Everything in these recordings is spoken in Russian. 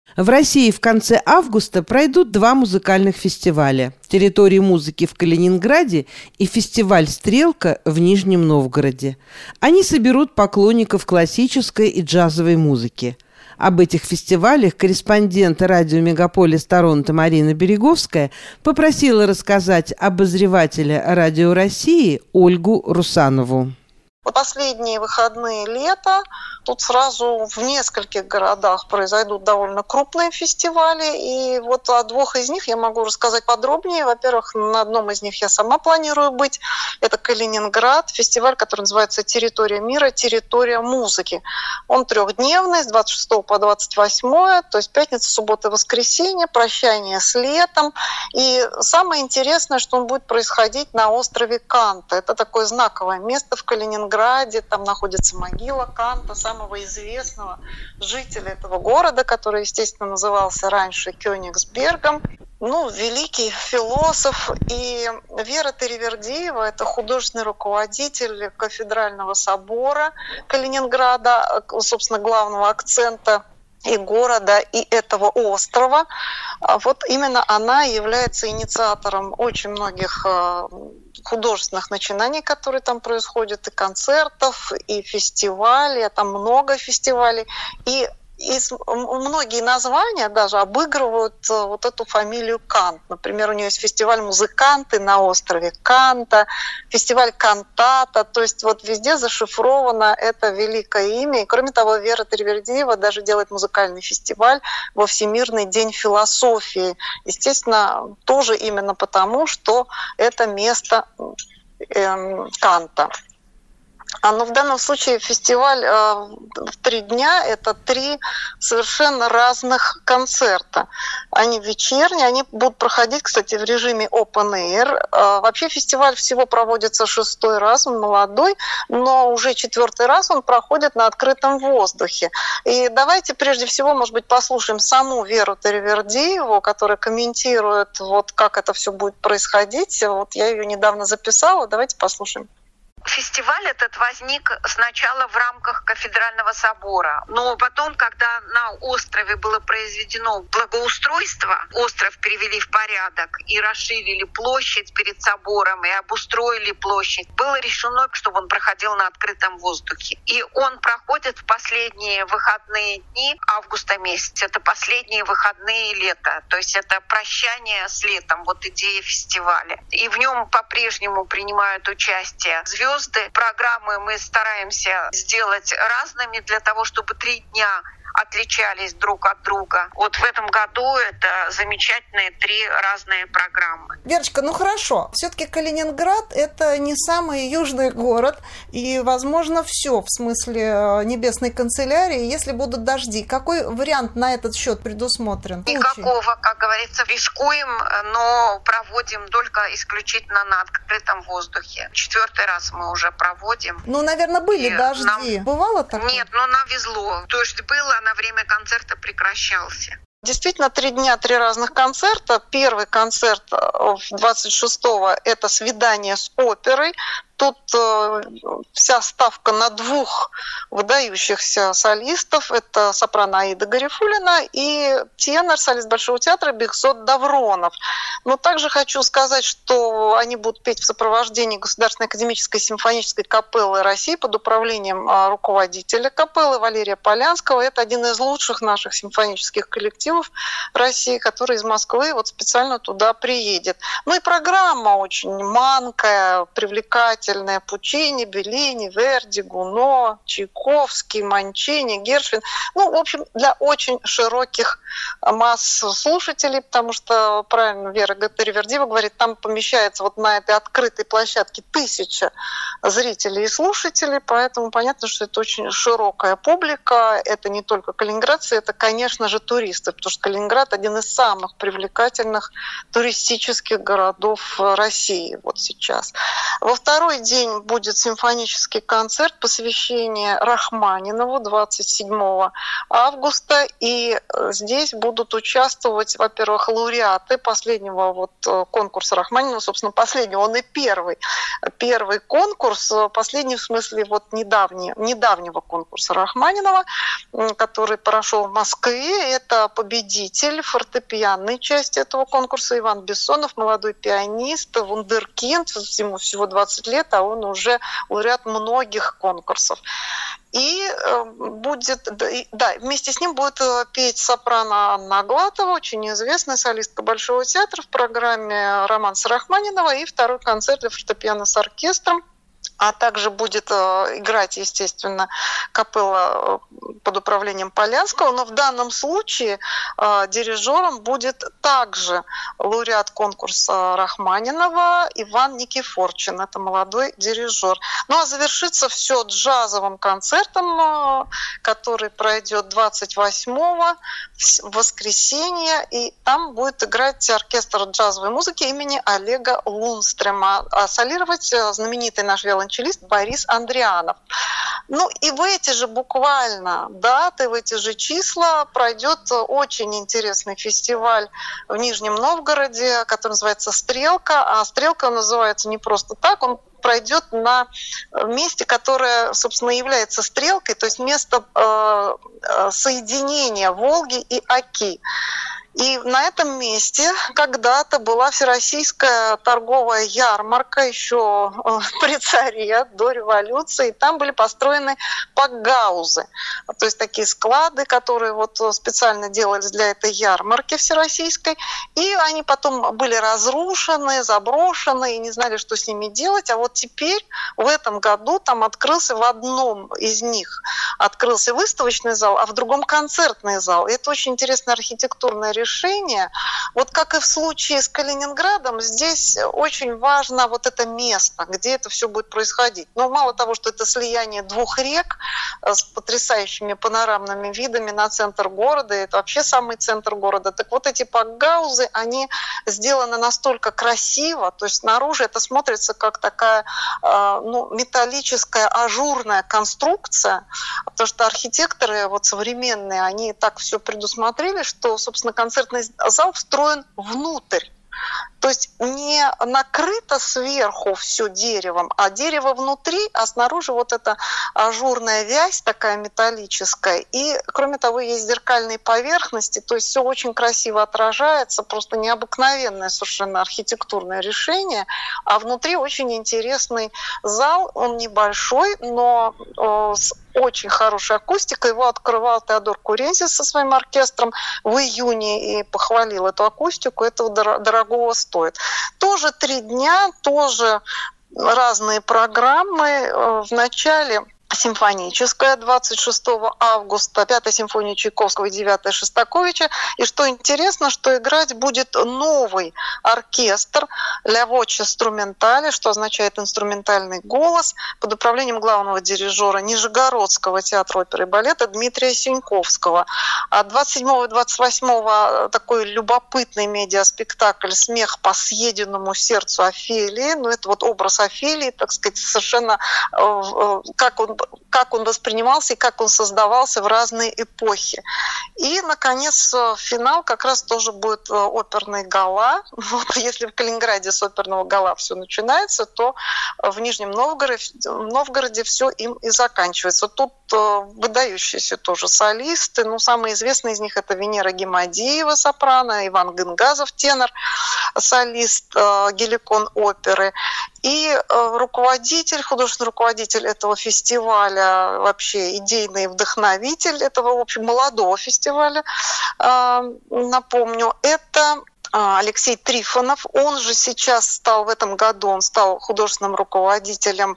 В России в конце августа пройдут два музыкальных фестиваля «Территория музыки» в Калининграде и фестиваль «Стрелка» в Нижнем Новгороде. Они соберут поклонников классической и джазовой музыки. Об этих фестивалях корреспондент радио «Мегаполис Торонто» Марина Береговская попросила рассказать обозревателя «Радио России» Ольгу Русанову. Последние выходные лета тут сразу в нескольких городах произойдут довольно крупные фестивали. И вот о двух из них я могу рассказать подробнее. Во-первых, на одном из них я сама планирую быть. Это Калининград, фестиваль, который называется «Территория мира. Территория музыки». Он трехдневный, с 26 по 28, то есть пятница, суббота и воскресенье, прощание с летом. И самое интересное, что он будет происходить на острове Канта. Это такое знаковое место в Калининграде. Там находится могила Канта, самого известного жителя этого города, который, естественно, назывался раньше Кёнигсбергом. Великий философ. И Вера Таривердиева, это художественный руководитель кафедрального собора Калининграда, собственно, главного акцента и города, и этого острова. Вот именно она является инициатором очень многих художественных начинаний, которые там происходят, и концертов, и фестивалей, там много фестивалей. И многие названия даже обыгрывают вот эту фамилию Кант. Например, у нее есть фестиваль «Музыканты» на острове Канта, фестиваль «Кантата». То есть вот везде зашифровано это великое имя. И кроме того, Вера Таривердиева даже делает музыкальный фестиваль во Всемирный день философии. Естественно, тоже именно потому, что это место Канта. Но в данном случае фестиваль в 3 дня – это 3 совершенно разных концерта. Они вечерние, они будут проходить, кстати, в режиме open air. Вообще фестиваль всего проводится 6-й раз, он молодой, но уже 4-й раз он проходит на открытом воздухе. И давайте прежде всего, может быть, послушаем саму Веру Таривердиеву, которая комментирует, вот как это все будет происходить. Вот я ее недавно записала, давайте послушаем. Фестиваль этот возник сначала в рамках кафедрального собора, но потом, когда на острове было произведено благоустройство, остров перевели в порядок и расширили площадь перед собором и обустроили площадь, было решено, чтобы он проходил на открытом воздухе. И он проходит в последние выходные дни августа месяца. Это последние выходные лета. То есть это прощание с летом, вот идея фестиваля. И в нем по-прежнему принимают участие звезды. Программы мы стараемся сделать разными для того, чтобы 3 дня отличались друг от друга. Вот в этом году это замечательные 3 разные программы. Верочка, хорошо. Все-таки Калининград – это не самый южный город, и, возможно, все в смысле небесной канцелярии, если будут дожди. Какой вариант на этот счет предусмотрен? Никакого, как говорится, рискуем, но проводим только исключительно на открытом воздухе. 4-й раз мы уже проводим. Наверное, были дожди. Бывало такое? Нет, нам везло. Дождь был, на время концерта прекращался. Действительно, 3 дня, 3 разных концерта. Первый концерт 26-го – это «Свидание с оперой». Тут вся ставка на 2 выдающихся солистов. Это сопрано Аида Гарифуллина и тенор, солист Большого театра Бехзод Давронов. Но также хочу сказать, что они будут петь в сопровождении Государственной академической симфонической капеллы России под управлением руководителя капеллы Валерия Полянского. Это один из лучших наших симфонических коллективов России, который из Москвы специально туда приедет. И программа очень манкая, привлекательная. Пучини, Беллини, Верди, Гуно, Чайковский, Манчини, Гершвин. В общем, для очень широких масс слушателей, потому что, правильно Вера Таривердиева говорит, там помещается на этой открытой площадке 1000 зрителей и слушателей, поэтому понятно, что это очень широкая публика. Это не только калининградцы, это, конечно же, туристы, потому что Калининград один из самых привлекательных туристических городов России сейчас. Во второй первый день будет симфонический концерт, посвящение Рахманинову 27 августа. И здесь будут участвовать, во-первых, лауреаты последнего конкурса Рахманинова, собственно, последнего, он и первый. Первый конкурс, последний в смысле недавнего конкурса Рахманинова, который прошел в Москве. Это победитель фортепианной части этого конкурса Иван Бессонов, молодой пианист, вундеркинд, ему всего 20 лет, а он уже лауреат многих конкурсов. И вместе с ним будет петь сопрано Анна Аглатова, очень известная солистка Большого театра в программе «Романс Рахманинова», и второй концерт для фортепиано с оркестром. А также будет играть, естественно, капелла под управлением Полянского. Но в данном случае дирижером будет также лауреат конкурса Рахманинова Иван Никифорчин. Это молодой дирижер. Ну а завершится все джазовым концертом, который пройдет 28-го, в воскресенье. И там будет играть оркестр джазовой музыки имени Олега Лунстрема. А солировать знаменитый наш виолончелист Борис Андрианов. Ну и в эти же буквально даты, в эти же числа пройдет очень интересный фестиваль в Нижнем Новгороде, который называется «Стрелка». А «Стрелка» называется не просто так, он пройдет на месте, которое, собственно, является стрелкой, то есть место соединения Волги и Оки. И на этом месте когда-то была всероссийская торговая ярмарка еще при царе, до революции. И там были построены пакгаузы, то есть такие склады, которые специально делались для этой ярмарки всероссийской. И они потом были разрушены, заброшены, и не знали, что с ними делать. А вот теперь, в этом году, там открылся в одном из них открылся выставочный зал, а в другом концертный зал. И это очень интересное архитектурное решение. Вот как и в случае с Калининградом, здесь очень важно это место, где это все будет происходить. Но мало того, что это слияние двух рек с потрясающими панорамными видами на центр города, это вообще самый центр города, так вот эти пакгаузы, они сделаны настолько красиво, то есть снаружи это смотрится как такая металлическая ажурная конструкция, потому что архитекторы современные, они так все предусмотрели, что, собственно, концертный зал встроен внутрь. То есть не накрыто сверху все деревом, а дерево внутри, а снаружи эта ажурная вязь такая металлическая. И, кроме того, есть зеркальные поверхности, то есть все очень красиво отражается, просто необыкновенное совершенно архитектурное решение. А внутри очень интересный зал, он небольшой, но с очень хорошей акустикой. Его открывал Теодор Курензис со своим оркестром в июне и похвалил эту акустику. Это дорогого стоит. Тоже 3 дня, тоже разные программы. В начале симфоническая 26 августа, 5-я симфония Чайковского и 9-я Шостаковича. И что интересно, что играть будет новый оркестр «Ля Воче Струментале», что означает инструментальный голос, под управлением главного дирижера Нижегородского театра оперы и балета Дмитрия Синьковского. А 27 и 28 такой любопытный медиаспектакль «Смех по съеденному сердцу Офелии». Это образ Офелии, так сказать, совершенно как он воспринимался и как он создавался в разные эпохи. И, наконец, финал как раз тоже будет оперный гала. Если в Калининграде с оперного гала все начинается, то в Нижнем Новгороде все им и заканчивается. Тут выдающиеся тоже солисты. Самые известные из них — это Венера Гемадиева, сопрано, Иван Гынгазов, тенор, солист Геликон оперы. И художественный руководитель этого фестиваля, вообще идейный вдохновитель этого, в общем, молодого фестиваля, напомню, это Алексей Трифонов. Он же сейчас стал художественным руководителем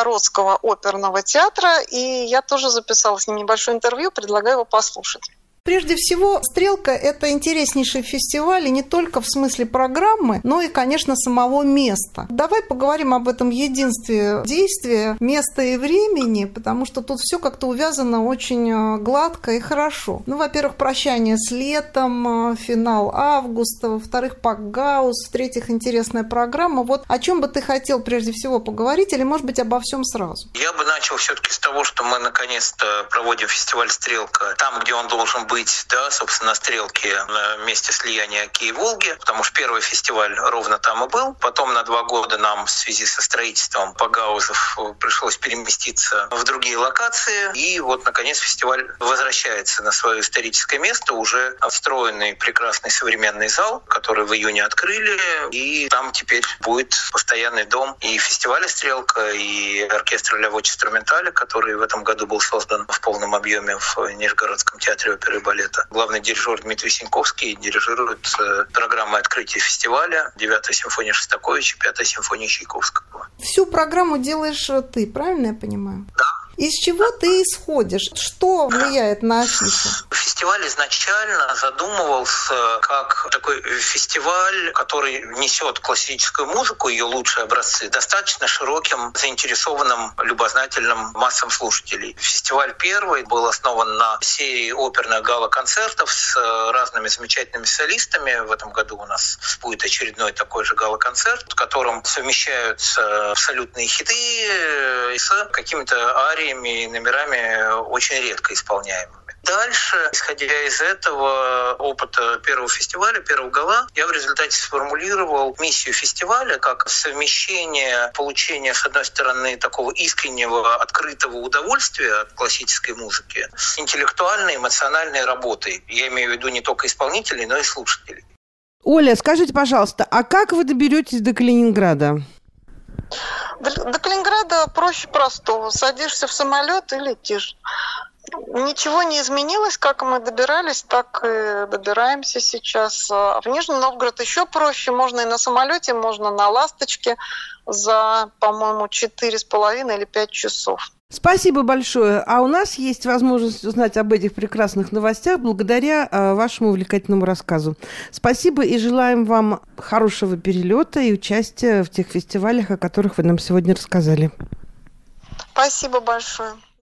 Нижегородского оперного театра. И я тоже записала с ним небольшое интервью, предлагаю его послушать. прежде всего, «Стрелка» — это интереснейший фестиваль, и не только в смысле программы, но и, конечно, самого места. Давай поговорим об этом единстве действия, места и времени, потому что тут все как-то увязано очень гладко и хорошо. Ну, во-первых, прощание с летом, финал августа, во-вторых, Пакгаус, в-третьих, интересная программа. Вот о чем бы ты хотел прежде всего поговорить, или, может быть, обо всем сразу? Я бы начал все-таки с того, что мы наконец-то проводим фестиваль «Стрелка» там, где он должен быть, да, собственно, на «Стрелке», на месте слияния Оки и Волги, потому что первый фестиваль ровно там и был. Потом на 2 года нам в связи со строительством Пакгаузов пришлось переместиться в другие локации. И вот, наконец, фестиваль возвращается на свое историческое место, уже отстроенный прекрасный современный зал, который в июне открыли. И там теперь будет постоянный дом и фестиваля «Стрелка», и оркестра «Ля Воч Инструментале», который в этом году был создан в полном объеме в Нижегородском театре оперы и балета. Главный дирижер Дмитрий Синьковский дирижирует программой открытия фестиваля, 9-я симфония Шостаковича, 5-я симфония Чайковского. Всю программу делаешь ты, правильно я понимаю? Да. Из чего ты исходишь? Что влияет на афишу? Фестиваль изначально задумывался как такой фестиваль, который несет классическую музыку, ее лучшие образцы, достаточно широким, заинтересованным, любознательным массам слушателей. Фестиваль первый был основан на серии оперных гала-концертов с разными замечательными солистами. В этом году у нас будет очередной такой же гала-концерт, в котором совмещаются абсолютные хиты с какими-то ариями и номерами очень редко исполняемыми. Дальше, исходя из этого опыта первого фестиваля, первого гала, я в результате сформулировал миссию фестиваля как совмещение получения, с одной стороны, такого искреннего, открытого удовольствия от классической музыки с интеллектуальной, эмоциональной работой. Я имею в виду не только исполнителей, но и слушателей. Оля, скажите, пожалуйста, а как вы доберетесь до Калининграда? До Калининграда проще простого. Садишься в самолет и летишь. Ничего не изменилось, как мы добирались, так и добираемся сейчас. В Нижний Новгород еще проще. Можно и на самолете, можно на «Ласточке» за, по-моему, 4,5 или 5 часов. Спасибо большое. А у нас есть возможность узнать об этих прекрасных новостях благодаря вашему увлекательному рассказу. Спасибо и желаем вам хорошего перелета и участия в тех фестивалях, о которых вы нам сегодня рассказали. Спасибо большое.